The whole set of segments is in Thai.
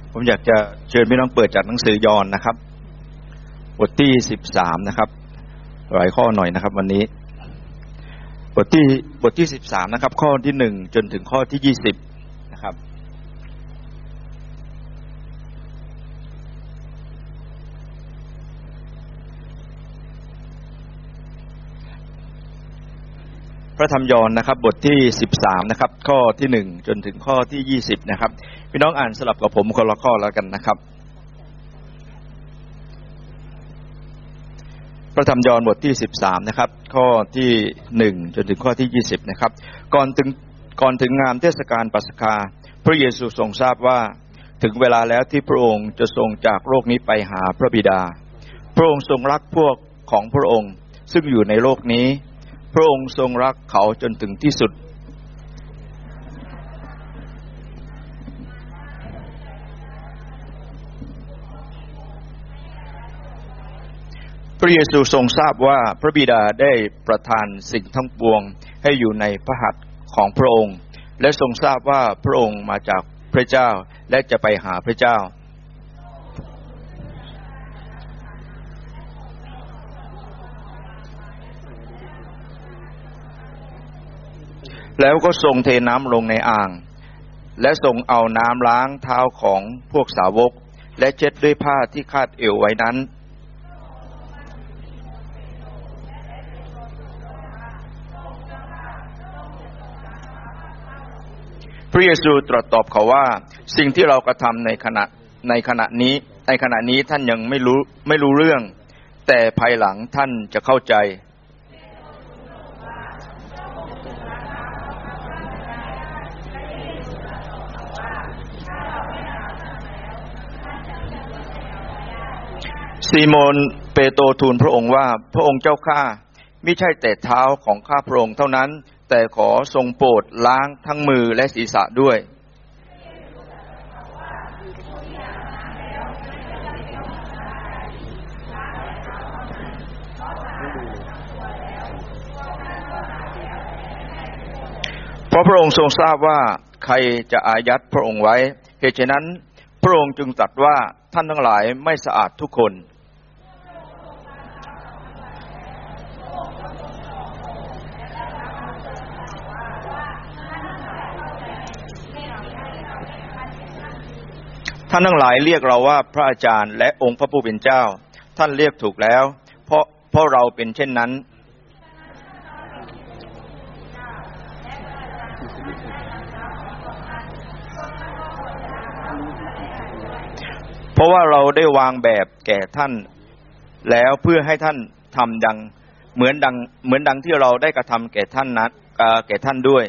ผมอยากจะเชิญพี่น้องเปิดจากหนังสือยอห์นนะครับบทที่13นะครับหลายข้อหน่อยนะครับวันนี้บทที่13นะครับข้อที่1จนถึงข้อที่20นะครับพระธรรมยอห์นนะครับบทที่13นะครับข้อที่1จนถึงข้อที่20นะครับพี่น้องอ่านสลับกับผมคนละข้อแล้วกันนะครับพระธรรมยอห์นบทที่13นะครับข้อที่1จนถึงข้อที่20นะครับก่อนถึงงานเทศกาลปัสกาพระเยซูทรงทราบว่าถึงเวลาแล้วที่พระองค์จะทรงจากโลกนี้ไปหาพระบิดาพระองค์ทรงรักพวกของพระองค์ซึ่งอยู่ในโลกนี้พระองค์ทรงรักเขาจนถึงที่สุดพระเยซูทรงทราบว่าพระบิดาได้ประทานสิ่งทั้งปวงให้อยู่ในพระหัตถ์ของพระองค์และทรงทราบว่าพระองค์มาจากพระเจ้าและจะไปหาพระเจ้าแล้วก็ทรงเทน้ำลงในอ่างและทรงเอาน้ำล้างเท้าของพวกสาวกและเช็ดด้วยผ้าที่คาดเอวไว้นั้นพระเยซูตรัสตอบเขาว่าสิ่งที่เรากระทำในขณะนี้ท่านยังไม่รู้เรื่องแต่ภายหลังท่านจะเข้าใจซีโมนเปโตรทูลพระองค์ว่าพระองค์เจ้าข้ามิใช่แต่เท้าของข้าพระองค์เท่านั้นแต่ขอทรงโปรดล้างทั้งมือและศีรษะด้วยเพราะพระองค์ทรงทราบว่าใครจะอายัดพระองค์ไว้เหตุฉะนั้นพระองค์จึงตรัสว่าท่านทั้งหลายไม่สะอาดทุกคนท่านทั้งหลายเรียกเราว่าพระอาจารย์และองค์พระผู้เป็นเจ้าท่านเรียกถูกแล้วเพราะเราเป็นเช่นนั้นเพราะว่าเราได้วางแบบแก่ท่านแล้วเพื่อให้ท่านทำดังเหมือนดังที่เราได้กระทำแก่ท่านนั้นแก่ท่านด้วย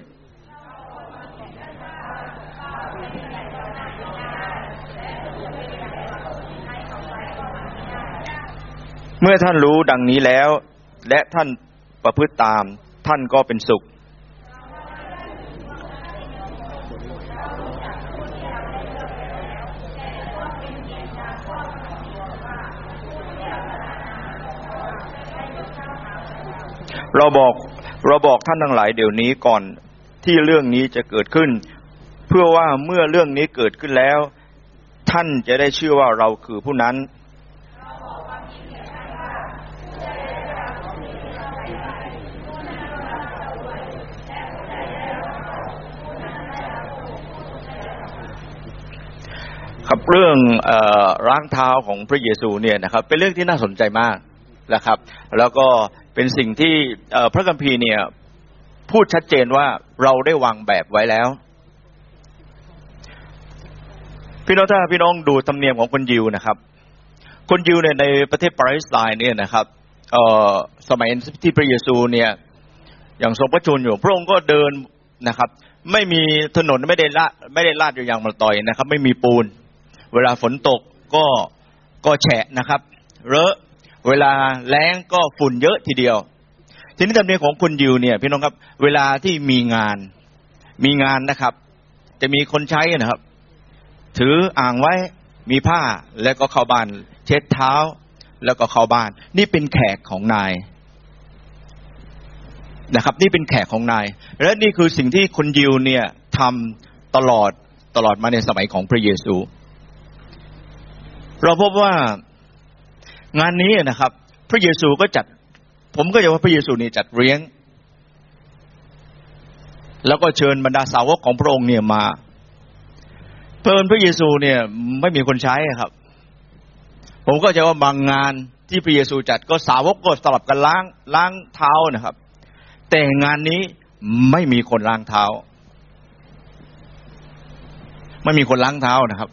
เมื่อท่านรู้ดังนี้แล้วและท่านประพฤติตามท่านก็เป็นสุขเราบอกท่านทั้งหลายเดี๋ยวนี้ก่อนที่เรื่องนี้จะเกิดขึ้นเพื่อว่าเมื่อเรื่องนี้เกิดขึ้นแล้วท่านจะได้เชื่อว่าเราคือผู้นั้นครับเรื่องล้างเท้าของพระเยซูเนี่ยนะครับเป็นเรื่องที่น่าสนใจมากนะครับแล้วก็เป็นสิ่งที่พระคัมภีร์เนี่ยพูดชัดเจนว่าเราได้วางแบบไว้แล้วพี่น้องถ้าพี่น้องดูธรรมเนียมของคนยิวนะครับคนยิวเนี่ยในประเทศปาเลสไตน์เนี่ยนะครับสมัยที่พระเยซูเนี่ยอย่างทรงพระชนอยู่พระองค์ก็เดินนะครับไม่มีถนนไม่ได้ลาดอยู่อย่างมาต่อยนะครับไม่มีปูนเวลาฝนตกก็แฉะนะครับเลอะเวลาแล้งก็ฝุ่นเยอะทีเดียวทีนี้ธรรมเนียมของคนยิวเนี่ยพี่น้องครับเวลาที่มีงานนะครับจะมีคนใช้นะครับถืออ่างไว้มีผ้าแล้วก็เข้าบ้านเช็ดเท้าแล้วก็เข้าบ้านนี่เป็นแขกของนายนะครับนี่เป็นแขกของนายและนี่คือสิ่งที่คนยิวเนี่ยทำตลอดมาในสมัยของพระเยซูเราพบว่างานนี้นะครับพระเยซูก็จัดผมก็จะว่าพระเยซูนี่จัดเลี้ยงแล้วก็เชิญบรรดาสาวกของพระองค์เนี่ยมาเพิ่นพระเยซูเนี่ยไม่มีคนใช้ครับผมก็จะว่าบางงานที่พระเยซูจัดก็สาวกก็สลับกันล้างเท้านะครับแต่งานนี้ไม่มีคนล้างเท้าไม่มีคนล้างเท้านะครับ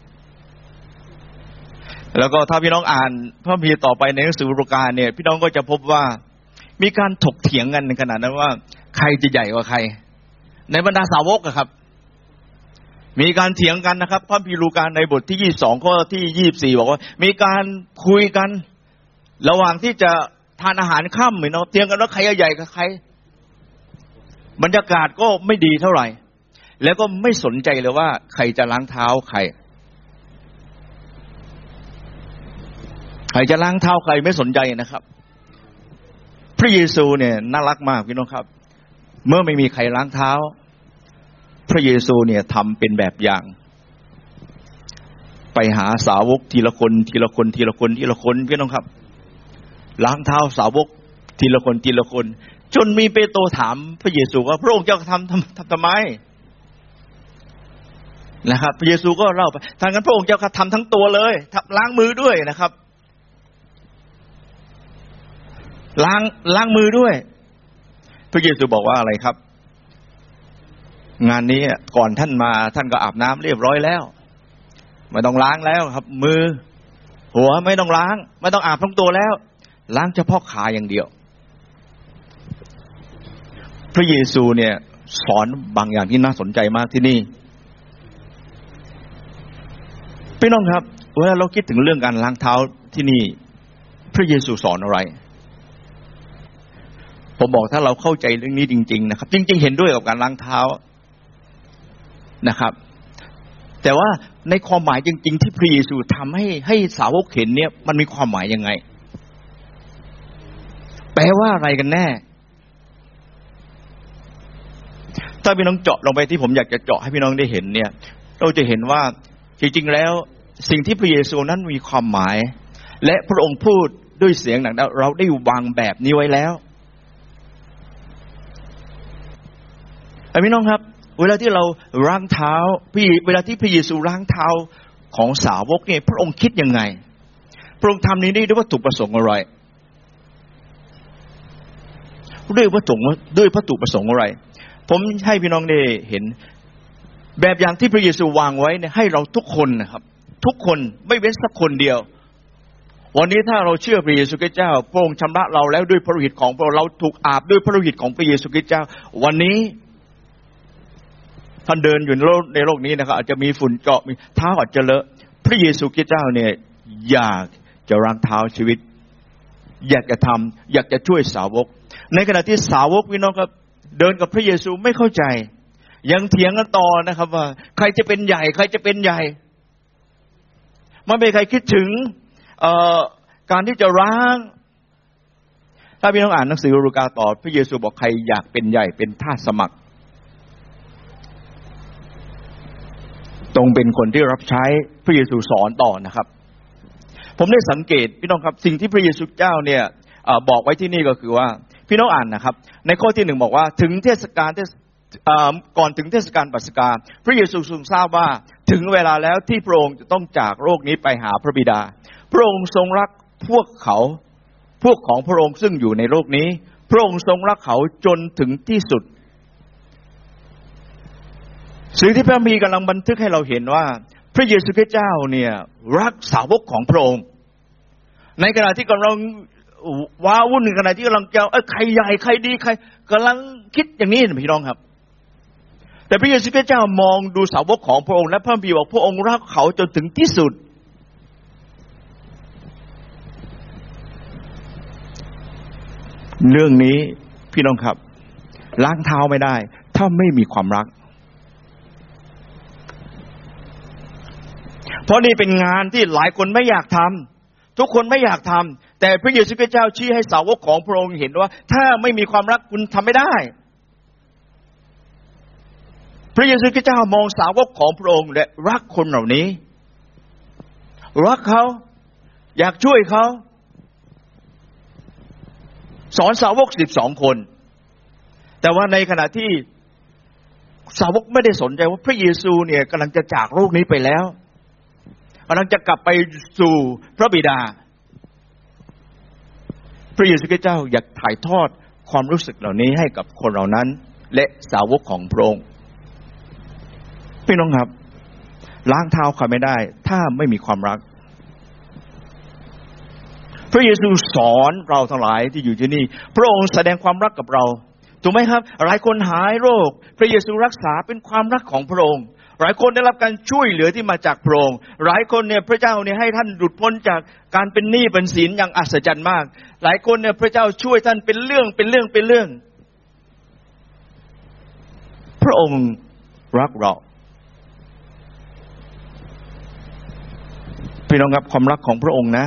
แล้วก็ถ้าพี่น้องอ่านพระคัมภีร์ต่อไปในหนังสือลูกาเนี่ยพี่น้องก็จะพบว่ามีการถกเถียงกันในขณะนั้นว่าใครจะใหญ่กว่าใครในบรรดาสาวกครับมีการเถียงกันนะครับพระคัมภีร์ลูกาในบทที่22ข้อที่24บอกว่ามีการคุยกันระหว่างที่จะทานอาหารค่ำเนาะเถียงกันว่าใครจะใหญ่กว่าใครบรรยากาศก็ไม่ดีเท่าไหร่แล้วก็ไม่สนใจเลยว่าใครจะล้างเท้าใครจะล้างเท้าใครไม่สนใจนะครับพระเยซูเนี่ยน่ารักมากพี่น้องครับเมื่อไม่มีใครล้างเท้าพระเยซูเนี่ยทำเป็นแบบอย่างไปหาสาวกทีละคนทีละคนทีละคนทีละคนพี่น้องครับล้างเท้าสาวกทีละคนทีละคนจนมีเปโตรถามพระเยซูว่าพระองค์จะทำไมนะครับพระเยซูก็เล่าไปทางนั้นพระองค์จะทำทั้งตัวเลยล้างมือด้วยนะครับล้างมือด้วยพระเยซูบอกว่าอะไรครับงานนี้ก่อนท่านมาท่านก็อาบน้ำเรียบร้อยแล้วไม่ต้องล้างแล้วครับมือหัวไม่ต้องล้างไม่ต้องอาบทั้งตัวแล้วล้างเฉพาะขาอย่างเดียวพระเยซูเนี่ยสอนบางอย่างที่น่าสนใจมากที่นี่พี่น้องครับเวลาเราคิดถึงเรื่องการล้างเท้าที่นี่พระเยซูสอนอะไรผมบอกถ้าเราเข้าใจเรื่องนี้จริงๆนะครับจริงๆเห็นด้วยกับการล้างเท้านะครับแต่ว่าในความหมายจริงๆที่พระเยซูทำให้สาวกเห็นเนี่ยมันมีความหมายยังไงแปลว่าอะไรกันแน่ถ้าพี่น้องเจาะลงไปที่ผมอยากจะเจาะให้พี่น้องได้เห็นเนี่ยเราจะเห็นว่าจริงๆแล้วสิ่งที่พระเยซูนั้นมีความหมายและพระองค์พูดด้วยเสียงหนักเราได้วางแบบนี้ไว้แล้วพี่น้องครับเวลาที่เราล้างเท้าเวลาที่พระเยซูล้างเท้าของสาวกเนี่ยพระองค์คิดยังไงพระองค์ทำนี้ด้วยวัตถุประสงค์อะไรด้วยวัตถุประสงค์อะไรผมให้พี่น้องได้เห็นแบบอย่างที่พระเยซูวางไว้เนี่ยให้เราทุกคนนะครับทุกคนไม่เว้นสักคนเดียววันนี้ถ้าเราเชื่อพระเยซูคริสต์เจ้าพระองค์ชำระเราแล้วด้วยพระโลหิตของพระองค์เราถูกอาบด้วยพระโลหิตของพระเยซูคริสต์เจ้าวันนี้ท่านเดินอยู่ในโลกนี้นะครับอาจจะมีฝุ่นเกาะมีเท้าอาจจะเลอะพระเยซูคริสต์เจ้าเนี่ยอยากจะล้างเท้าชีวิตอยากจะทำอยากจะช่วยสาวกในขณะที่สาวกพี่น้องครับเดินกับพระเยซูไม่เข้าใจยังเถียงกันต่อนะครับว่าใครจะเป็นใหญ่ใครจะเป็นใหญ่ไม่มีใครคิดถึงการที่จะล้างถ้าพี่น้องอ่านหนังสือลูกาต่อพระเยซูบอกใครอยากเป็นใหญ่เป็นทาสสมัครต้องเป็นคนที่รับใช้พระเยซูสอนต่อนะครับผมได้สังเกตพี่น้องครับสิ่งที่พระเยซูเจ้าเนี่ยบอกไว้ที่นี่ก็คือว่าพี่น้องอ่านนะครับในข้อที่1บอกว่าถึงเทศกาลก่อนถึงเทศกาลปัสกาพระเยซูทรงทราบว่าถึงเวลาแล้วที่พระองค์จะต้องจากโลกนี้ไปหาพระบิดาพระองค์ทรงรักพวกของพระองค์ซึ่งอยู่ในโลกนี้พระองค์ทรงรักเขาจนถึงที่สุดสิ่งที่พระคัมภีร์กำลังบันทึกให้เราเห็นว่าพระเยซูคริสต์เจ้าเนี่ยรักสาวกของพระองค์ในขณะที่กำลังว้าวุ่นในขณะที่กำลังจะใครใหญ่ใครดีใครกำลังคิดอย่างนี้พี่น้องครับแต่พระเยซูคริสต์เจ้ามองดูสาวกของพระองค์และพระคัมภีร์บอกพระองค์รักเขาจนถึงที่สุดเรื่องนี้พี่น้องครับล้างเท้าไม่ได้ถ้าไม่มีความรักเพราะนี่เป็นงานที่หลายคนไม่อยากทำทุกคนไม่อยากทำแต่พระเยซูคริสต์เจ้าชี้ให้สาวกของพระองค์เห็นว่าถ้าไม่มีความรักคุณทำไม่ได้พระเยซูคริสต์เจ้ามองสาวกของพระองค์และรักคนเหล่านี้รักเขาอยากช่วยเขาสอนสาวก12 คนแต่ว่าในขณะที่สาวกไม่ได้สนใจว่าพระเยซูเนี่ยกำลังจะจากโลกนี้ไปแล้วกำลังจะกลับไปสู่พระบิดาพระเยซูคริสต์เจ้าอยากถ่ายทอดความรู้สึกเหล่านี้ให้กับคนเหล่านั้นและสาวกของพระองค์พี่น้องครับล้างเท้าใครไม่ได้ถ้าไม่มีความรักพระเยซูสอนเราทั้งหลายที่อยู่ที่นี่พระองค์แสดงความรักกับเราถูกไหมครับหลายคนหายโรคพระเยซูรักษาเป็นความรักของพระองค์หลายคนได้รับการช่วยเหลือที่มาจากพระองค์หลายคนเนี่ยพระเจ้าเนี่ยให้ท่านหลุดพ้นจากการเป็นหนี้เป็นสินอย่างอัศจรรย์มากหลายคนเนี่ยพระเจ้าช่วยท่านเป็นเรื่องพระองค์รักเราพี่น้องครับความรักของพระองค์นะ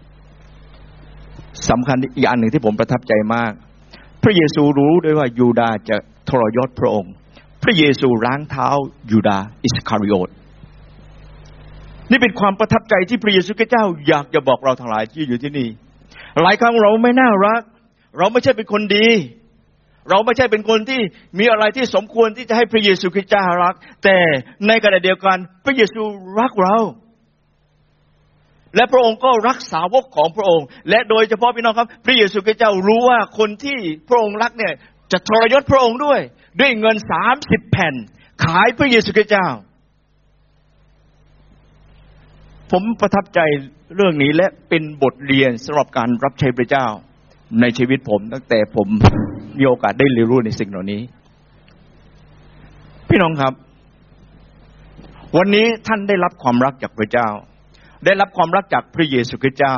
สำคัญอีกอันหนึ่งที่ผมประทับใจมากพระเยซูรู้ด้วยว่ายูดาห์จะทรยศพระองค์พระเยซูล้างเท้ายูดาห์อิสคาริโอตนี่เป็นความประทับใจที่พระเยซูคริสต์เจ้าอยากจะบอกเราทั้งหลายที่อยู่ที่นี่หลายครั้งเราไม่น่ารักเราไม่ใช่เป็นคนดีเราไม่ใช่เป็นคนที่มีอะไรที่สมควรที่จะให้พระเยซูคริสต์เจ้ารักแต่ในขณะเดียวกันพระเยซูรักเราและพระองค์ก็รักสาวกของพระองค์และโดยเฉพาะพี่น้องครับพระเยซูคริสต์เจ้ารู้ว่าคนที่พระองค์รักเนี่ยจะทรยศพระองค์ด้วยเงิน30 แผ่นขายพระเยซูคริสต์เจ้าผมประทับใจเรื่องนี้และเป็นบทเรียนสำหรับการรับใช้พระเจ้าในชีวิตผมตั้งแต่ผมมีโอกาสได้เรียนรู้ในสิ่งเหล่านี้พี่น้องครับวันนี้ท่านได้รับความรักจากพระเจ้าได้รับความรักจากพระเยซูคริสต์เจ้า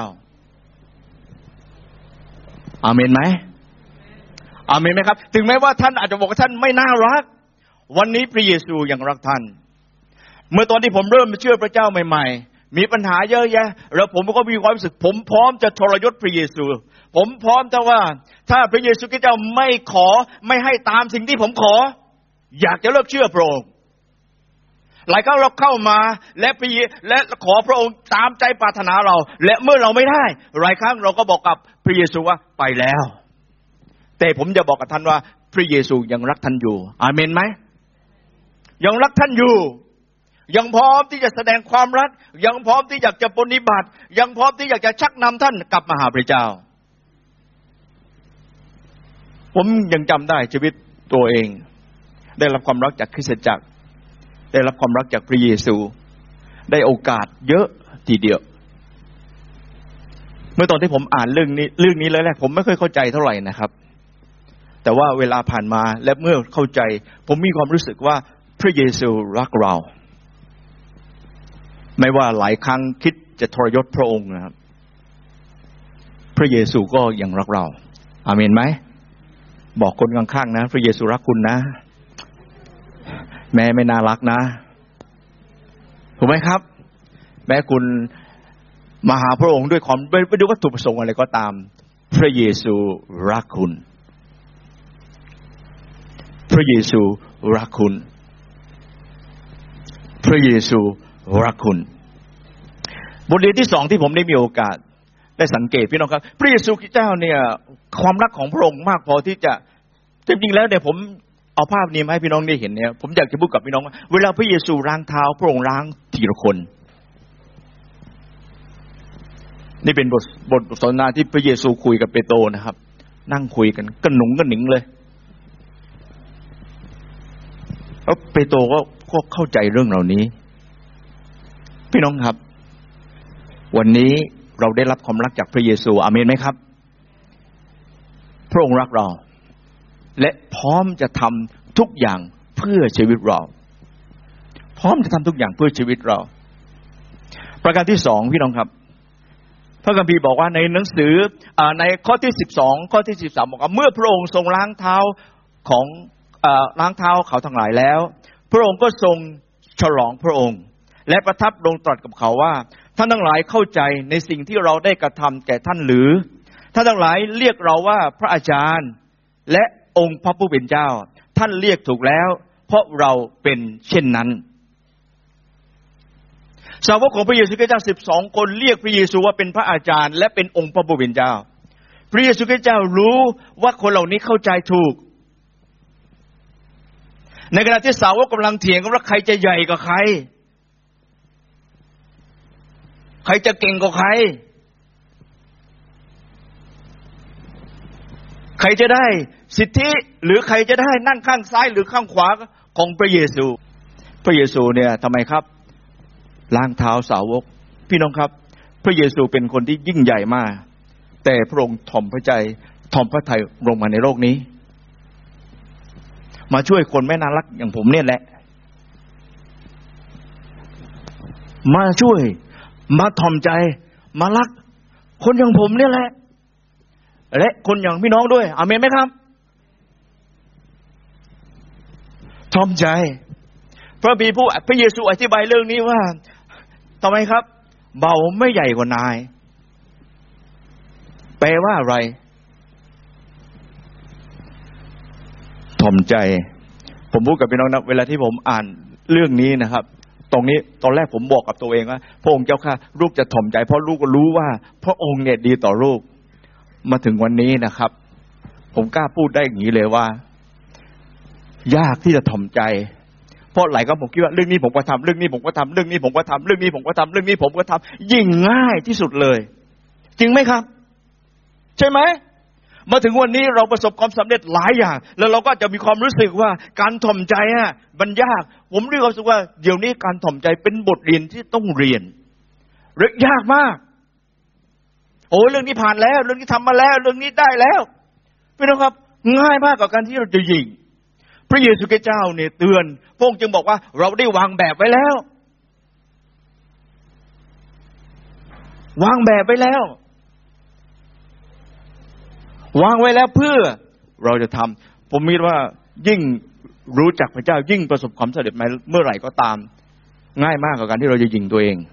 อาเมนไหมอาเมนไหมครับถึงแม้ว่าท่านอาจจะบอกว่าท่านไม่น่ารักวันนี้พระเยซูยังรักท่านเมื่อตอนที่ผมเริ่มเชื่อพระเจ้าใหม่ๆมีปัญหาเยอะแยะแล้วผมก็มีความรู้สึกผมพร้อมจะทรยศพระเยซูผมพร้อมแต่ว่าถ้าพระเยซูคริสต์เจ้าไม่ให้ตามสิ่งที่ผมขออยากจะเลิกเชื่อพระองค์หลายครั้งเราเข้ามาและขอพระองค์ตามใจปรารถนาเราและเมื่อเราไม่ได้หลายครั้งเราก็บอกกับพระเยซูว่าไปแล้วแต่ผมจะบอกกับท่านว่าพระเยซูยังรักท่านอยู่อาเมนไหมยังรักท่านอยู่ยังพร้อมที่จะแสดงความรักยังพร้อมที่อยากจะปฏิบัติยังพร้อมที่อยากจะชักนำท่านกลับมาหาพระเจ้าผมยังจำได้ชีวิตตัวเองได้รับความรักจากคริสตจักรได้รับความรักจากพระเยซูได้โอกาสเยอะทีเดียวเมื่อตอนที่ผมอ่านเรื่องนี้แรกๆผมไม่ค่อยเข้าใจเท่าไหร่นะครับแต่ว่าเวลาผ่านมาและเมื่อเข้าใจผมมีความรู้สึกว่าพระเยซูรักเราไม่ว่าหลายครั้งคิดจะทรยศพระองค์นะครับพระเยซูก็ยังรักเราอาเมนไหมบอกคนข้างๆนะพระเยซูรักคุณนะแม้ไม่น่ารักนะถูกไหมครับแม้คุณมาหาพระองค์ด้วยความไม่ดูวัตถุประสงค์อะไรก็ตามพระเยซูรักคุณพระเยซูรักคุณพระเยซูรักคุณบทเรียนที่2ที่ผมได้มีโอกาสได้สังเกตพี่น้องครับพระเยซูคริสต์เจ้าเนี่ยความรักของพระองค์มากพอที่จะจริงๆแล้วเนี่ยผมเอาภาพนี้มาให้พี่น้องได้เห็นเนี่ยผมอยากจะพูดกับพี่น้องว่าเวลาพระเยซูล้างเท้าพระองค์ล้างทีละคนนี่เป็นบทสนทนาที่พระเยซูคุยกับเปโตรนะครับนั่งคุยกันกระหนุงกระหนิงเลยแล้วเปโตรก็เข้าใจเรื่องเหล่านี้พี่น้องครับวันนี้เราได้รับความรักจากพระเยซูอาเมนไหมครับพระองค์รักเราและพร้อมจะทำทุกอย่างเพื่อชีวิตเราพร้อมจะทำทุกอย่างเพื่อชีวิตเราประการที่2พี่น้องครับพระคัมภีร์บอกว่าในหนังสือในข้อที่12ข้อที่13บอกว่าเมื่อพระองค์ทรงล้างเท้าเขาทั้งหลายแล้วพระองค์ก็ทรงฉลองพระองค์และประทับลงตรัสกับเขาว่าท่านทั้งหลายเข้าใจในสิ่งที่เราได้กระทำแก่ท่านหรือท่านทั้งหลายเรียกเราว่าพระอาจารย์และองค์พระผู้เป็นเจ้าท่านเรียกถูกแล้วเพราะเราเป็นเช่นนั้นสาวกของพระเยซูคริสต์เจ้า12 คนเรียกพระเยซูว่าเป็นพระอาจารย์และเป็นองค์พระผู้เป็นเจ้าพระเยซูคริสต์เจ้ารู้ว่าคนเหล่านี้เข้าใจถูกในขณะที่สาวกกำลังเถียงกันว่าใครจะใหญ่กว่าใครใครจะเก่งกว่าใครใครจะได้สิทธิหรือใครจะได้นั่งข้างซ้ายหรือข้างขวาของพระเยซูพระเยซูเนี่ยทำไมครับล้างเท้าสาวกพี่น้องครับพระเยซูเป็นคนที่ยิ่งใหญ่มากแต่พระองค์ถ่อมพระใจถ่อมพระทัยลงมาในโลกนี้มาช่วยคนไม่น่ารักอย่างผมเนี่ยแหละมาช่วยมาถ่อมใจมารักคนอย่างผมเนี่ยแหละและคนอย่างพี่น้องด้วยอาเมนไหมครับถ่อมใจพระเยซูอธิบายเรื่องนี้ว่าทำไมครับเบาไม่ใหญ่กว่านายแปลว่าอะไรถ่อมใจผมพูดกับพี่น้องนะเวลาที่ผมอ่านเรื่องนี้นะครับตรงนี้ตอนแรกผมบอกกับตัวเองว่าพระองค์เจ้าข้าลูกจะถ่อมใจเพราะลูกก็รู้ว่าพระองค์เนี่ยดีต่อลูกมาถึงวันนี้นะครับผมกล้าพูดได้อย่างนี้เลยว่ายากที่จะถ่อมใจเพราะหลายครั้งผมคิดว่าเรื่องนี้ผมก็ทำเรื่องนี้ผมก็ทำเรื่องนี้ผมก็ทำเรื่องนี้ผมก็ทำเรื่องนี้ผมก็ทำยิ่งง่ายที่สุดเลยจริงไหมครับใช่ไหมมาถึงวันนี้เราประสบความสำเร็จหลายอย่างแล้วเราก็จะมีความรู้สึกว่าการถ่อมใจมันยากผมเรียกความรู้สึกว่าเดี๋ยวนี้การถ่อมใจเป็นบทเรียนที่ต้องเรียนเรื่องยากมากโอ้เรื่องนี้ผ่านแล้วเรื่องนี้ทำมาแล้วเรื่องนี้ได้แล้วพี่น้องครับง่ายมากกว่าการที่เราจะยิงพระเยซูคริสต์เจ้าเนี่ยเตือนพระองค์จึงบอกว่าเราได้วางแบบไว้แล้ววางแบบไว้แล้ววางไว้แล้วเพื่อเราจะทำผมคิดว่ายิ่งรู้จักพระเจ้ายิ่งประสบความสำเร็จเมื่อไหร่ก็ตามง่ายมากกว่าการที่เราจะยิงตัวเอง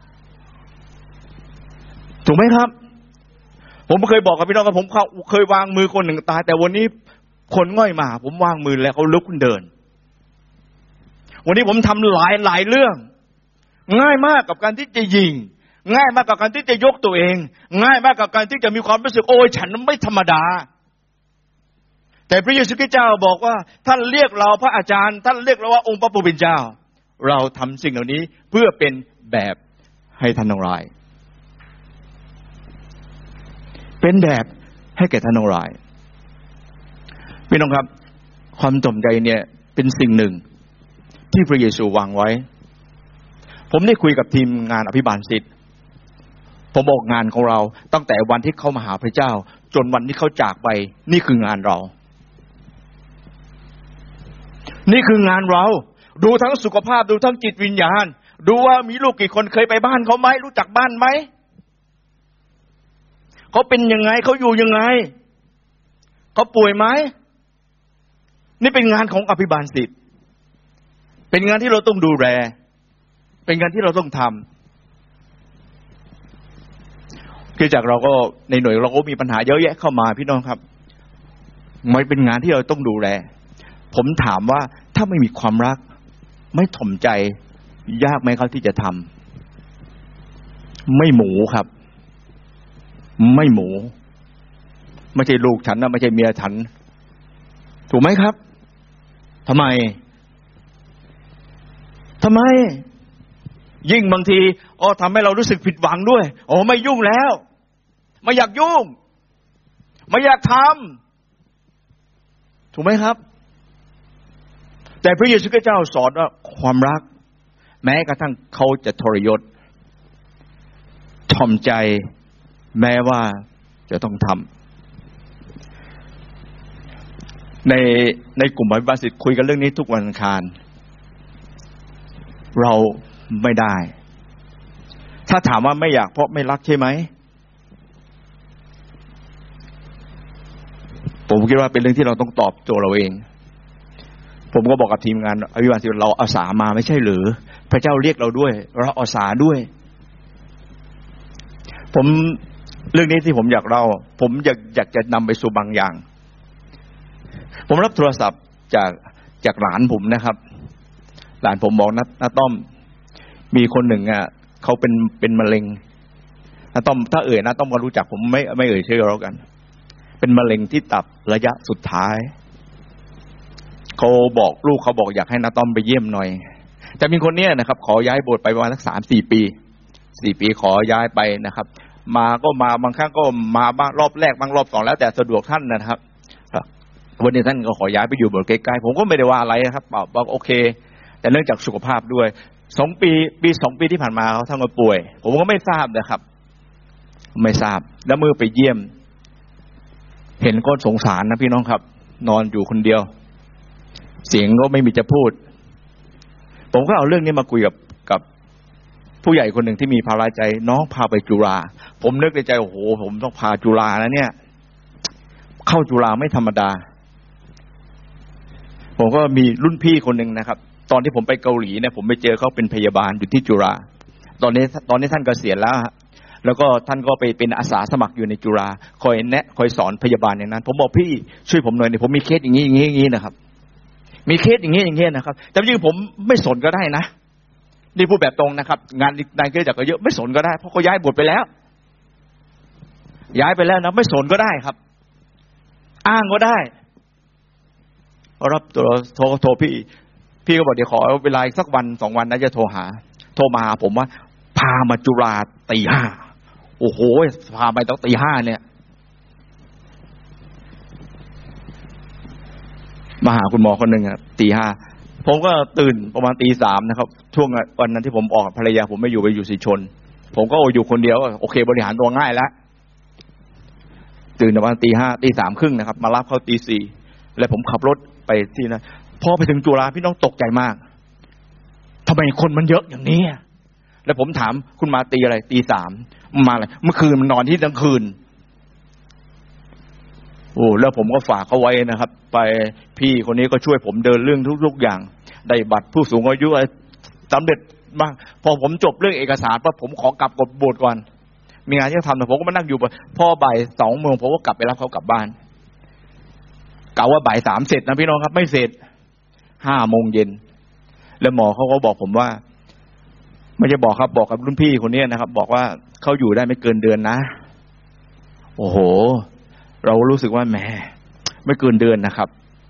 ถูกไหมครับผมเคยบอกกับพี่น้องว่าผมเคยวางมือคนหนึ่งตายแต่วันนี้คนง่อยมาผมวางมือแล้วเขาลุกขึ้นเดินวันนี้ผมทำหลายเรื่องง่ายมากกับการที่จะยิงง่ายมากกับการที่จะยกตัวเองง่ายมากกับการที่จะมีความรู้สึกโอ้ยฉันไม่ธรรมดาแต่พระเยซูคริสต์เจ้าบอกว่าท่านเรียกเราพระอาจารย์ท่านเรียกเราว่าองค์พระผู้เป็นเจ้าเราทำสิ่งเหล่านี้เพื่อเป็นแบบให้ท่านทั้งหลายเป็นแบบให้แก่ท่านทั้งหลายพี่น้องครับความถ่อมใจเนี่ยเป็นสิ่งหนึ่งที่พระเยซูวางไว้ผมได้คุยกับทีมงานอภิบาลศิษย์ผมบอกงานของเราตั้งแต่วันที่เขามาหาพระเจ้าจนวันที่เขาจากไปนี่คืองานเรานี่คืองานเราดูทั้งสุขภาพดูทั้งจิตวิญญาณดูว่ามีลูกกี่คนเคยไปบ้านเขาไหมรู้จักบ้านไหมเขาเป็นยังไงเขาอยู่ยังไงเขาป่วยไหมนี่เป็นงานของอภิบาลศิษย์เป็นงานที่เราต้องดูแลเป็นงานที่เราต้องทำคือจากเราก็ในหน่วยเราก็มีปัญหาเยอะแยะเข้ามาพี่น้องครับมันเป็นงานที่เราต้องดูแลผมถามว่าถ้าไม่มีความรักไม่ถ่อมใจยากไหมครับที่จะทำไม่หมูครับไม่หมูไม่ใช่ลูกฉันนะไม่ใช่เมียฉันถูกไหมครับทำไมยิ่งบางทีทำให้เรารู้สึกผิดหวังด้วยไม่ยุ่งแล้วไม่อยากยุ่งไม่อยากทำถูกไหมครับแต่พระเยซูคริสต์เจ้าสอนว่าความรักแม้กระทั่งเขาจะทรยศถ่อมใจแม้ว่าจะต้องทำในกลุ่มอภิบาลศิษย์คุยกันเรื่องนี้ทุกวันอังคารเราไม่ได้ถ้าถามว่าไม่อยากเพราะไม่รักใช่ไหมผมคิดว่าเป็นเรื่องที่เราต้องตอบตัวเราเองผมก็บอกกับทีมงานอภิบาลศิษย์เราอาสามาไม่ใช่หรือพระเจ้าเรียกเราด้วยเราอาสาด้วยเรื่องนี้ที่ผมอยากเล่าผมอยากจะนำไปสู่บางอย่างผมรับโทรศัพท์จากหลานผมนะครับหลานผมบอกน้าต้อมมีคนหนึ่งอ่ะเขาเป็นมะเร็งนะต้อมถ้าเอ่ยนะต้อมก็รู้จักผมไม่เอ่ยชื่อแล้วกันเป็นมะเร็งที่ตับระยะสุดท้ายเขาบอกลูกเขาบอกอยากให้นาต้อมไปเยี่ยมหน่อยแต่มีคนเนี้ยนะครับขอย้ายโบสถ์ไปประมาณสัก3-4 ปีขอย้ายไปนะครับมาก็มาบางครั้งก็มาบ้างรอบแรกบ้างรอบ2แล้วแต่สะดวกท่านนะครับวันนี้ท่านก็ขอย้ายไปอยู่โบสถ์ใกล้ๆผมก็ไม่ได้ว่าอะไรนะครับบอกโอเคแต่เนื่องจากสุขภาพด้วย2 ปีที่ผ่านมาเขาท่านก็ป่วยผมก็ไม่ทราบนะครับไม่ทราบแล้วเมื่อไปเยี่ยมเห็นก็สงสารนะพี่น้องครับนอนอยู่คนเดียวเสียงก็ไม่มีจะพูดผมก็เอาเรื่องนี้มาคุยกับผู้ใหญ่คนหนึ่งที่มีภาระใจน้องพาไปจุฬาผมนึกในใจโอ้โหผมต้องพาจุฬานะเนี่ยเข้าจุฬาไม่ธรรมดาผมก็มีรุ่นพี่คนหนึ่งนะครับตอนที่ผมไปเกาหลีเนี่ยผมไปเจอเขาเป็นพยาบาลอยู่ที่จุฬาตอนนี้ท่านเกษียณแล้วก็ท่านก็ไปเป็นอาสาสมัครอยู่ในจุฬาคอยสอนพยาบาลในนั้นผมบอกพี่ช่วยผมหน่อยเนี่ยผมมีเคสอย่างนี้นะครับมีเคสอย่างนี้นะครับแต่จริงๆผมไม่สนก็ได้นะนี่พูดแบบตรงนะครับงานเคสจากก็เยอะไม่สนก็ได้เพราะเขาย้ายบทไปแล้วนะไม่สนก็ได้ครับอ้างก็ได้รับโทรพี่ก็บอกเดี๋ยวขอเวลาสักวัน2 วันนะจะโทรมาหาผมว่าพามาจุฬาตี 5โอ้โหพาไปตั้งตี 5เนี่ยมาหาคุณหมอคนหนึ่งครับตี 5ผมก็ตื่นประมาณตี 3นะครับช่วงวันนั้นที่ผมออกภรรยาผมไม่อยู่ไปอยู่ศรีชนผมก็อยู่คนเดียวโอเคบริหารตัวง่ายแล้วตื่นประมาณตี 5 ตี 3 ครึ่งนะครับมารับเขาตี 4แล้วผมขับรถไปที่นั่นพอไปถึงจุฬาพี่น้องตกใจมากทำไมคนมันเยอะอย่างนี้แล้วผมถามคุณมาตีอะไรตี 3มาอะไรเมื่อคืนมันนอนที่ทั้งคืนโอ้แล้วผมก็ฝากเขาไว้นะครับไปพี่คนนี้ก็ช่วยผมเดินเรื่องทุกอย่างได้บัตรผู้สูงอายุอะไรสำเร็จบ้างพอผมจบเรื่องเอกสารปั๊บผมขอกลับกบฏก่อนมีงานที่ทำแต่ผมก็มานั่งอยู่พอบ่าย 2 โมงผมก็กลับไปรับเขากลับบ้านกะว่าบ่าย 3เสร็จนะพี่น้องครับไม่เสร็จ5 โมงเย็นแล้วหมอเขาก็บอกผมว่าไม่ใช่บอกครับบอกกับรุ่นพี่คนนี้นะครับบอกว่าเขาอยู่ได้ไม่เกินเดือนนะโอ้โหเรารู้สึกว่าแหมไม่เกินเดือนนะครับ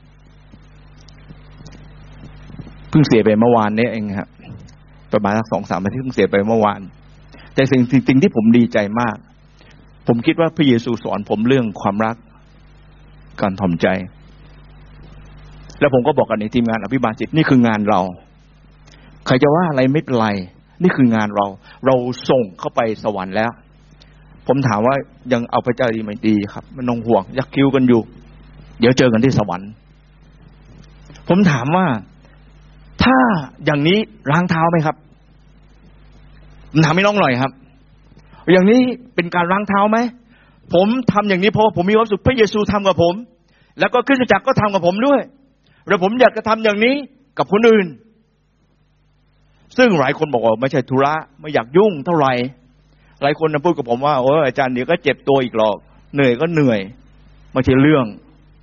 เพิ่งเสียไปเมื่อวานนี้เองครับประมาณสัก 2-3 อาทิตย์เพิ่งเสียไปเมื่อวานแต่สิ่งที่ผมดีใจมากผมคิดว่าพระเยซูสอนผมเรื่องความรักการถ่อมใจแล้วผมก็บอกกันในทีมงานอภิบาลจิตนี่คืองานเราใครจะว่าอะไรไม่เป็นไรนี่คืองานเราส่งเข้าไปสวรรค์แล้วผมถามว่ายังเอาพระเจ้าดีไหมดีครับมันต้องห่วงยักคิ้วกันอยู่เดี๋ยวเจอกันที่สวรรค์ผมถามว่าถ้าอย่างนี้ล้างเท้าไหมครับผมถามให้น้องหน่อยครับอย่างนี้เป็นการล้างเท้าไหมผมทำอย่างนี้เพราะผมมีความสุขพระเยซูทำกับผมแล้วก็คริสตจักรก็ทำกับผมด้วยแล้วผมอยากจะทำอย่างนี้กับคนอื่นซึ่งหลายคนบอกว่าไม่ใช่ธุระไม่อยากยุ่งเท่าไหร่หลายคนพูดกับผมว่าโอ้อาจารย์เดี๋ยวก็เจ็บตัวอีกหรอกเหนื่อยก็เหนื่อยไม่ใช่เรื่อง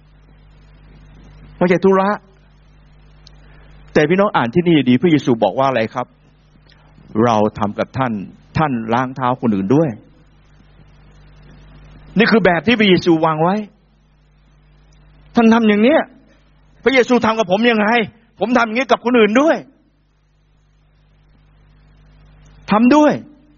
ไม่ใช่ธุระแต่พี่น้องอ่านที่นี่ดีพระเยซูบอกว่าอะไรครับเราทำกับท่านล้างเท้าคนอื่นด้วยนี่คือแบบที่พระเยซูวางไว้ท่านทำอย่างนี้พระเยซูทำกับผมยังไงผมทำอย่างนี้กับคนอื่นด้วยทำด้วย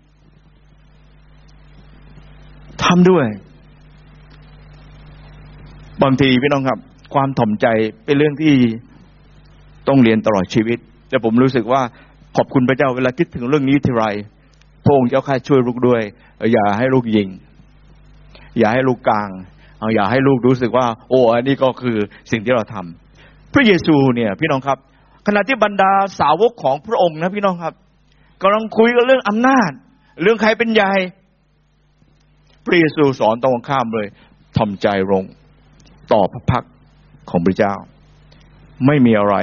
บางทีพี่น้องครับความถ่อมใจเป็นเรื่องที่ต้องเรียนตลอดชีวิตแต่ผมรู้สึกว่าขอบคุณพระเจ้าเวลาคิดถึงเรื่องนี้ทีไรพระองค์เจ้าข้าช่วยลูกด้วยอย่าให้ลูกยิงอย่าให้ลูกกลางอย่าให้ลูกรู้สึกว่าโอ้อันนี้ก็คือสิ่งที่เราทำพระเยซูเนี่ยพี่น้องครับขณะที่บรรดาสาวกของพระองค์นะพี่น้องครับกำลังคุยกันเรื่องอำนาจเรื่องใครเป็นใหญ่พระเยซูสอนตรงข้ามเลยถ่อมใจลงต่อพระพักของพระเจ้าไม่มีอะไร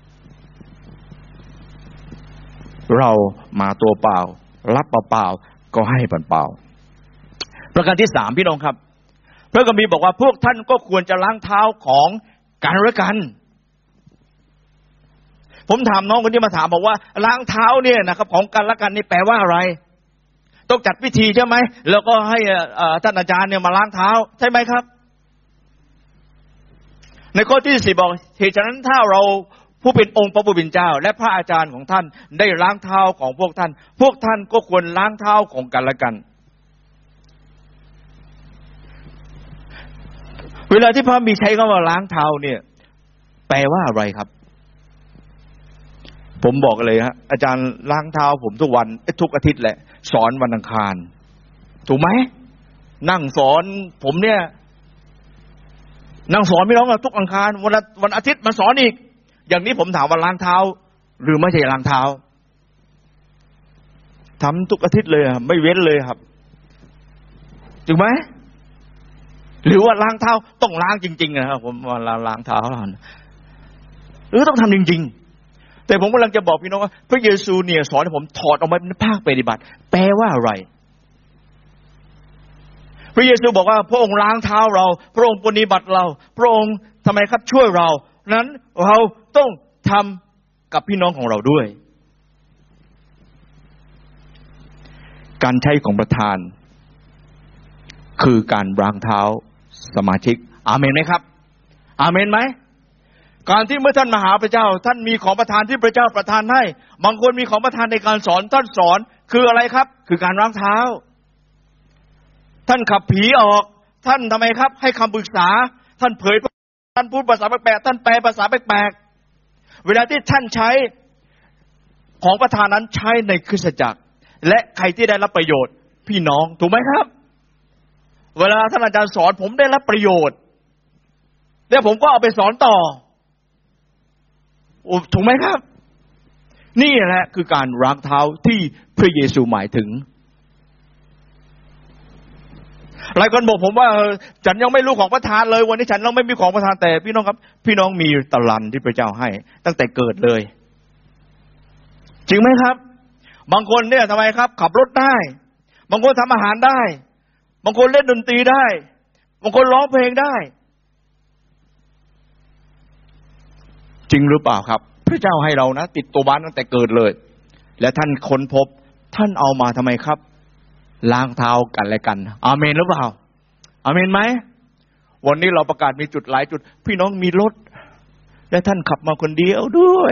เรามาตัวเปล่ารับเปล่าก็ให้เปล่าประการที่3พี่น้องครับพระคัมภีร์บอกว่าพวกท่านก็ควรจะล้างเท้าของกันและกันผมถามน้องคนที่มาถามบอกว่าล้างเท้าเนี่ยนะครับของกันและกันนี่แปลว่าอะไรต้องจัดพิธีใช่ไหมแล้วก็ให้ท่านอาจารย์เนี่ยมาล้างเท้าใช่ไหมครับในข้อที่4บอกเหตุฉะนั้นถ้าเราผู้เป็นองค์พระผู้เป็นเจ้าและพระอาจารย์ของท่านได้ล้างเท้าของพวกท่านก็ควรล้างเท้าของกันและกันเวลาที่พระมีใช้คำว่าล้างเท้าเนี่ยแปลว่าอะไรครับผมบอกเลยฮะอาจารย์ล้างเท้าผมทุกวันทุกอาทิตย์แหละสอนวันอังคารถูกไหมนั่งสอนผมเนี่ยนั่งสอนพี่น้องทุกอังคารวันอาทิตย์มาสอนอีกอย่างนี้ผมถามว่าล้างเท้าหรือไม่ใช่ล้างเท้าทำทุกอาทิตย์เลยไม่เว้นเลยครับถูกไหมหรือว่าล้างเท้าต้องล้างจริงๆนะครับผมว่าล้างเท้าหรือต้องทำจริงๆแต่ผมกำลังจะบอกพี่น้องว่าพระเยซูเนี่ยสอนให้ผมถอดออกมาเป็นภาคปฏิบัติแปลว่าอะไรพระเยซูบอกว่าพระองค์ล้างเท้าเราพระองค์ปฏิบัติเราพระองค์ทำไมครับช่วยเรานั้นเราต้องทำกับพี่น้องของเราด้วยการใช้ของประธานคือการล้างเท้าสมาชิกอาเมนไหมครับอาเมนไหมการที่เมื่อท่านมาหาพระเจ้าท่านมีของประทานที่พระเจ้าประทานให้บางคนมีของประทานในการสอนท่านสอนคืออะไรครับคือการล้างเท้าท่านขับผีออกท่านทำไมครับให้คำปรึกษาท่านเผยท่านพูดภาษาแปลกๆท่านแปลภาษาแปลกๆเวลาที่ท่านใช้ของประทานนั้นใช้ในคริสตจักรและใครที่ได้รับประโยชน์พี่น้องถูกไหมครับเวลาท่านอาจารย์สอนผมได้รับประโยชน์แล้วผมก็เอาไปสอนต่อถูกไหมครับนี่แหละคือการล้างเท้าที่พระเยซูหมายถึงหลายคนบอกผมว่าฉันยังไม่รู้ของประทานเลยวันนี้ฉันยังไม่มีของประทานแต่พี่น้องครับพี่น้องมีตะลันที่พระเจ้าให้ตั้งแต่เกิดเลยจริงไหมครับบางคนเนี่ยทำไมครับขับรถได้บางคนทำอาหารได้บางคนเล่นดนตรีได้บางคนร้องเพลงได้จริงหรือเปล่าครับพระเจ้าให้เรานะติดตัวบ้านตั้งแต่เกิดเลยและท่านค้นพบท่านเอามาทำไมครับล้างเท้ากันและกันอาเมนหรือเปล่าอาเมนไหมวันนี้เราประกาศมีจุดหลายจุดพี่น้องมีรถและท่านขับมาคนเดียวด้วย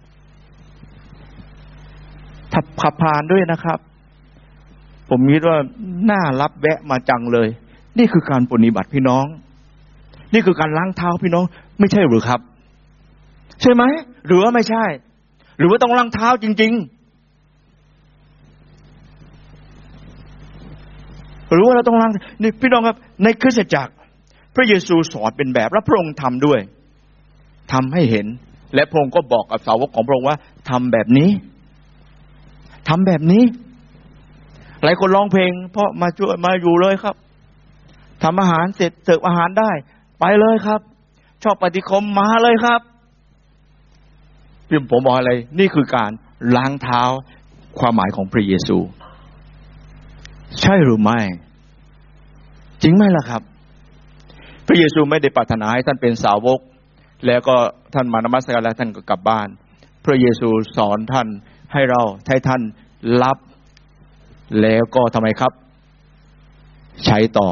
ขับผ่านด้วยนะครับผมคิดว่าน่ารับแวะมาจังเลยนี่คือการปฏิบัติพี่น้องนี่คือการล้างเท้าพี่น้องไม่ใช่หรือครับใช่ไหมหรือว่าไม่ใช่หรือว่าต้องล้างเท้าจริงๆหรือว่าเราต้องล้างนี่พี่น้องครับในคริสตจักรพระเยซูสอนเป็นแบบและพระองค์ทำด้วยทำให้เห็นและพระองค์ก็บอกกับสาวกของพระองค์ว่าทำแบบนี้ทำแบบนี้หลายคนร้องเพลงเพราะมาช่วยมาอยู่เลยครับทำอาหารเสร็จเสิร์ฟอาหารได้ไปเลยครับชอบปฏิคมมาเลยครับผมบอกอะไรนี่คือการล้างเท้าความหมายของพระเยซูใช่หรือไม่จริงไหมล่ะครับพระเยซูไม่ได้ปรารถนาให้ท่านเป็นสาวกแล้วก็ท่านมานมัสการแล้วท่านก็กลับบ้านพระเยซูสอนท่านให้เราให้ท่านรับแล้วก็ทำไมครับใช้ต่อ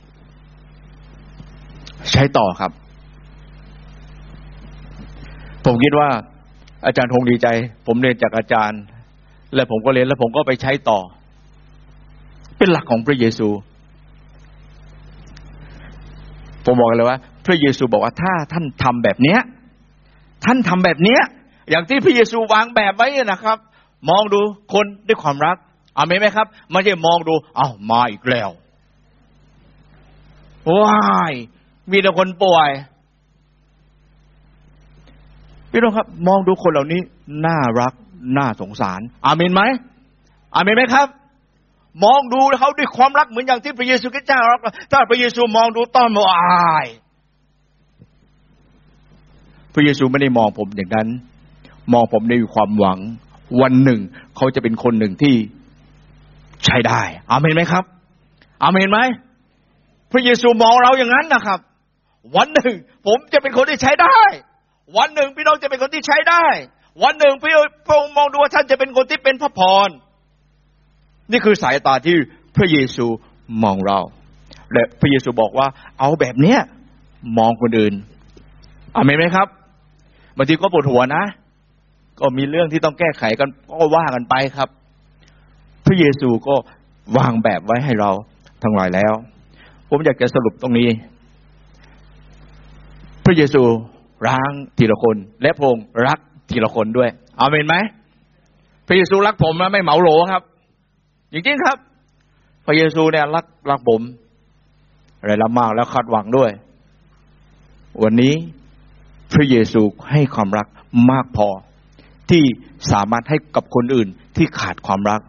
ครับผมคิดว่าอาจารย์คงดีใจผมเรียนจากอาจารย์และผมก็เรียนแล้วผมก็ไปใช้ต่อเป็นหลักของพระเยซูผมบอกเลยว่าพระเยซูบอกว่าถ้าท่านทำแบบเนี้ยอย่างที่พระเยซูวางแบบไว้นะครับมองดูคนด้วยความรักอาเมนไหมครับไม่ใช่มองดูมาอีกแล้วว้ายมีแต่คนป่วยพี่น้องครับมองดูคนเหล่านี้น่ารักน่าสงสารอาเมนไหมอาเมนไหมครับมองดูเขาด้วยความรักเหมือนอย่างที่พระเยซูคริสต์เจ้ารักถ้าพระเยซูมองดูต้อนอายพระเยซูไม่ได้มองผมอย่างนั้นมองผมในความหวังวันหนึ่งเขาจะเป็นคนหนึ่งที่ใช้ได้อาเมนไหมครับอาเมนไหมพระเยซูมองเราอย่างนั้นนะครับวันหนึ่งผมจะเป็นคนที่ใช้ได้วันหนึ่งพี่น้องจะเป็นคนที่ใช้ได้วันหนึ่งพระองค์มองดูว่าท่านจะเป็นคนที่เป็นพระพรนี่คือสายตาที่พระเยซูมองเราและพระเยซูบอกว่าเอาแบบเนี้ยมองคนอื่นอาเมนไหมครับบางทีก็ปวดหัวนะก็มีเรื่องที่ต้องแก้ไขกันก็ว่ากันไปครับพระเยซูก็วางแบบไว้ให้เราทั้งหลายแล้วผมอยากจะสรุปตรงนี้พระเยซูรักทีละคนและพระองค์รักทีละคนด้วยอาเมนไหมพระเยซูรักผมนะไม่เหมาโหลครับจริงๆครับพระเยซูเนี่ยรักผมอะไรละมากแล้วคาดหวังด้วยวันนี้พระเยซูให้ความรักมากพอที่สามารถให้กับคนอื่นที่ขาดความรัก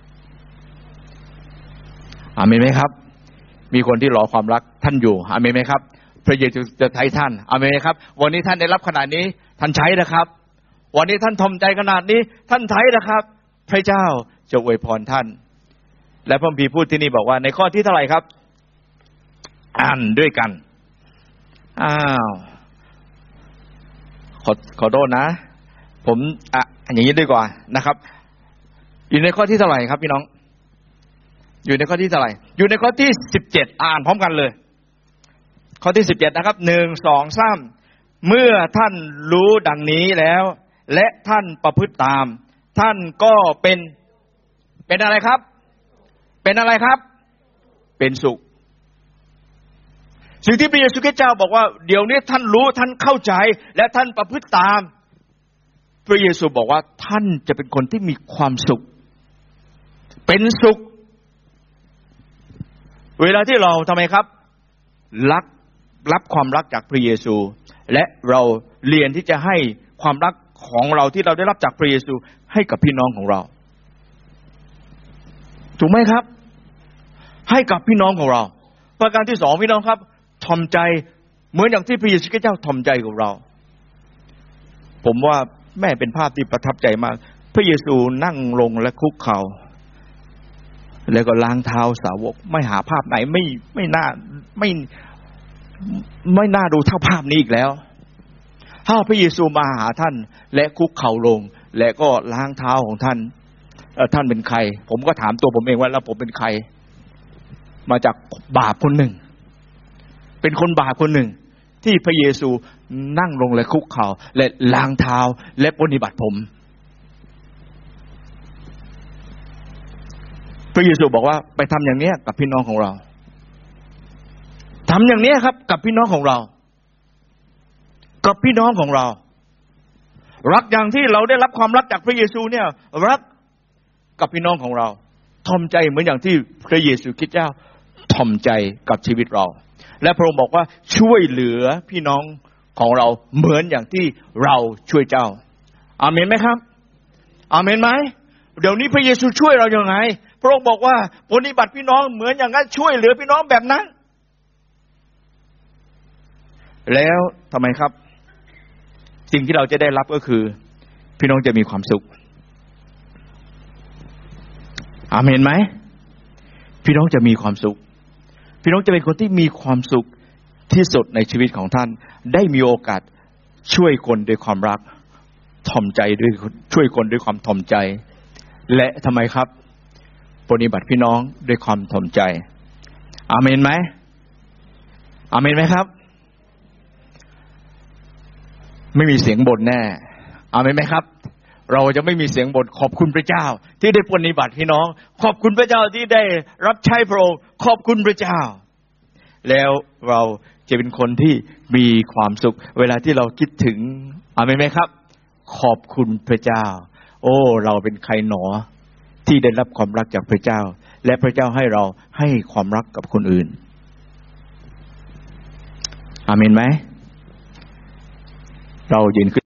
อาเมนไหมครับมีคนที่รอความรักท่านอยู่อาเมนไหมครับพระเยซูจะใช้ท่านอาเมนไหมครับวันนี้ท่านได้รับขนาดนี้ท่านใช้นะครับวันนี้ท่านทอมใจขนาดนี้ท่านใช้นะครับพระเจ้าจะอวยพรท่านและพระคัมภีร์พูดที่นี่บอกว่าในข้อที่เท่าไหร่ครับอ่านด้วยกันขอโทษนะผมอย่างนี้ดีกว่านะครับอยู่ในข้อที่เท่าไหร่ครับพี่น้องอยู่ในข้อที่เท่าไหร่อยู่ในข้อที่17อ่านพร้อมกันเลยข้อที่17นะครับ1 2 3เมื่อท่านรู้ดังนี้แล้วและท่านประพฤติตามท่านก็เป็นอะไรครับเป็นอะไรครับเป็นสุขสิ่งที่พระเยซูคริสต์เจ้าบอกว่าเดี๋ยวนี้ท่านรู้ท่านเข้าใจและท่านประพฤติตามพระเยซูบอกว่าท่านจะเป็นคนที่มีความสุขเป็นสุขเวลาที่เราทำไมครับรับความรักจากพระเยซูและเราเรียนที่จะให้ความรักของเราที่เราได้รับจากพระเยซูให้กับพี่น้องของเราถูกไหมครับให้กับพี่น้องของเราประการที่สองพี่น้องครับทอมใจเหมือนอย่างที่พระเยซูคริสต์เจ้าทอมใจกับเราผมว่าแม่เป็นภาพที่ประทับใจมากพระเยซูนั่งลงและคุกเข่าแล้วก็ล้างเท้าสาวกไม่หาภาพไหนไม่น่าดูเท่าภาพนี้อีกแล้วถ้าพระเยซูมาหาท่านและคุกเข่าลงและก็ล้างเท้าของท่านท่านเป็นใครผมก็ถามตัวผมเองว่าแล้วผมเป็นใครมาจากบาปคนหนึ่งเป็นคนบาปคนหนึ่งที่พระเยซูนั่งลงและคุกเข่าและล้างเท้าและปฏิบัติผมพระเยซูบอกว่าไปทำอย่างนี้กับพี่น้องของเราทำอย่างนี้ครับกับพี่น้องของเรากับพี่น้องของเรารักอย่างที่เราได้รับความรักจากพระเยซูเนี่ยรักกับพี่น้องของเราทอมใจเหมือนอย่างที่พระเยซูคริสต์เจ้าทอมใจกับชีวิตเราและพระองค์บอกว่าช่วยเหลือพี่น้องของเราเหมือนอย่างที่เราช่วยเจ้าอาเมนไหมครับอาเมนไหมเดี๋ยวนี้พระเยซูช่วยเราอย่างไรพระองค์บอกว่าปฏิบัติพี่น้องเหมือนอย่างนั้นช่วยเหลือพี่น้องแบบนั้นแล้วทำไมครับสิ่งที่เราจะได้รับก็คือพี่น้องจะมีความสุขอาเมนไหมพี่น้องจะมีความสุขพี่น้องจะเป็นคนที่มีความสุขที่สุดในชีวิตของท่านได้มีโอกาสช่วยคนด้วยความรักถ่อมใจด้วยช่วยคนด้วยความถ่อมใจและทำไมครับปฏิบัติพี่น้องด้วยความถ่อมใจอาเมนไหมอาเมนไหมครับไม่มีเสียงบ่นแน่อาเมนไหมครับเราจะไม่มีเสียงบ่นขอบคุณพระเจ้าที่ได้ปฏิบัติพี่น้องขอบคุณพระเจ้าที่ได้รับใช้พระองค์ขอบคุณพระเจ้าแล้วเราจะเป็นคนที่มีความสุขเวลาที่เราคิดถึงอาเมนไหมครับขอบคุณพระเจ้าโอ้เราเป็นใครหนอที่ได้รับความรักจากพระเจ้าและพระเจ้าให้เราให้ความรักกับคนอื่นอาเมนไหมเรายืนขึ้น